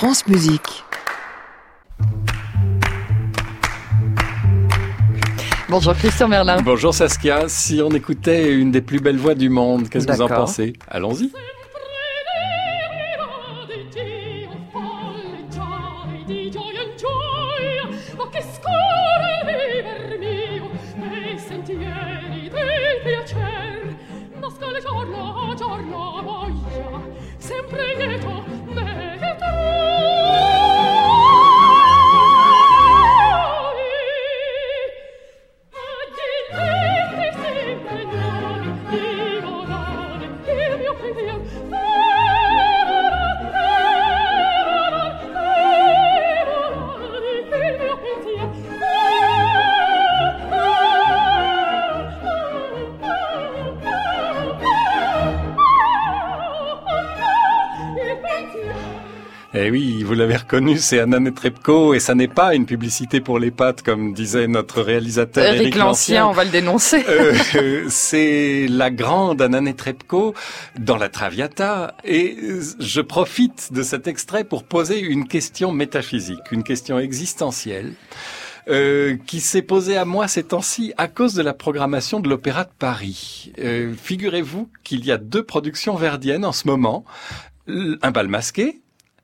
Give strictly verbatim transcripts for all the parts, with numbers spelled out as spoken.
France Musique. Bonjour Christian Merlin. Bonjour Saskia. Si on écoutait une des plus belles voix du monde, qu'est-ce que vous en pensez? Allons-y. Eh oui, vous l'avez reconnu, c'est Anna Netrebko et ça n'est pas une publicité pour les pâtes comme disait notre réalisateur Éric, Éric Lancien. On va le dénoncer. euh, c'est la grande Anna Netrebko dans la Traviata et je profite de cet extrait pour poser une question métaphysique, une question existentielle. Euh, qui s'est posée à moi ces temps-ci à cause de la programmation de l'Opéra de Paris. Euh, figurez-vous qu'il y a deux productions verdiennes en ce moment, un bal masqué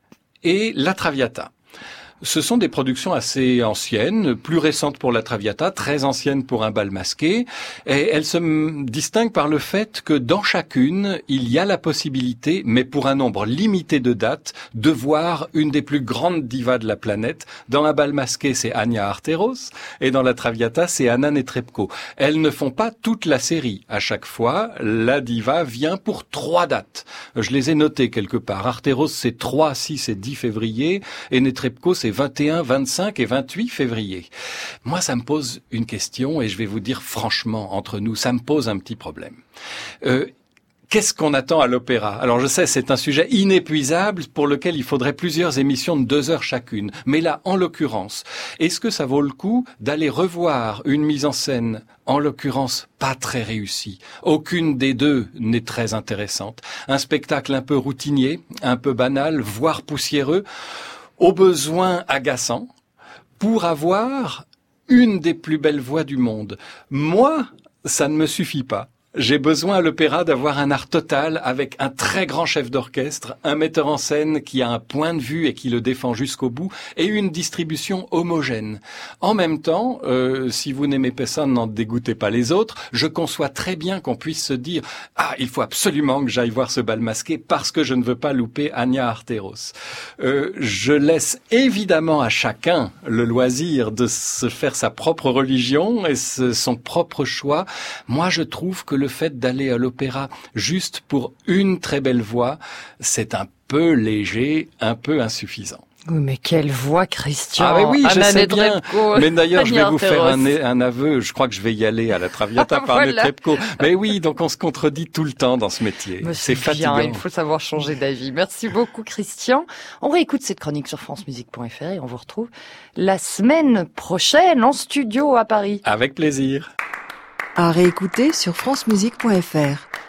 et la Traviata. Ce sont des productions assez anciennes, plus récentes pour la Traviata, très anciennes pour un bal masqué, et elles se distinguent par le fait que dans chacune, il y a la possibilité, mais pour un nombre limité de dates, de voir une des plus grandes divas de la planète. Dans un bal masqué, c'est Anya Arteros, et dans la Traviata, c'est Anna Netrebko. Elles ne font pas toute la série. À chaque fois, la diva vient pour trois dates. Je les ai notées quelque part. Arteros, c'est trois, six et dix février, et Netrebko, c'est vingt et un, vingt-cinq et vingt-huit février. Moi, ça me pose une question et je vais vous dire franchement, entre nous, ça me pose un petit problème. Euh, Qu'est-ce qu'on attend à l'opéra? Alors je sais, c'est un sujet inépuisable pour lequel il faudrait plusieurs émissions de deux heures chacune. Mais là, en l'occurrence, est-ce que ça vaut le coup d'aller revoir une mise en scène, en l'occurrence pas très réussie? Aucune des deux n'est très intéressante. Un spectacle un peu routinier, un peu banal, voire poussiéreux, au besoin agaçant, pour avoir une des plus belles voix du monde. Moi, ça ne me suffit pas. J'ai besoin à l'opéra d'avoir un art total avec un très grand chef d'orchestre, un metteur en scène qui a un point de vue et qui le défend jusqu'au bout, et une distribution homogène. En même temps, euh, si vous n'aimez personne, n'en dégoûtez pas les autres, je conçois très bien qu'on puisse se dire « Ah, il faut absolument que j'aille voir ce bal masqué parce que je ne veux pas louper Anya Arteros. Euh, » Je laisse évidemment à chacun le loisir de se faire sa propre religion et ce, son propre choix. Moi, je trouve que le Le fait d'aller à l'opéra juste pour une très belle voix, c'est un peu léger, un peu insuffisant. Oui, mais quelle voix, Christian! Ah mais oui, je Anna sais bien. Netrebko, Mais d'ailleurs, je vais vous faire un, Arteros. un aveu. Je crois que je vais y aller à la Traviata par Voilà. Netrebko. Mais oui, donc on se contredit tout le temps dans ce métier. Mais C'est bien, fatigant. il faut savoir changer d'avis. Merci beaucoup, Christian. On réécoute cette chronique sur france musique point f r et on vous retrouve la semaine prochaine en studio à Paris. Avec plaisir. À réécouter sur france musique point f r.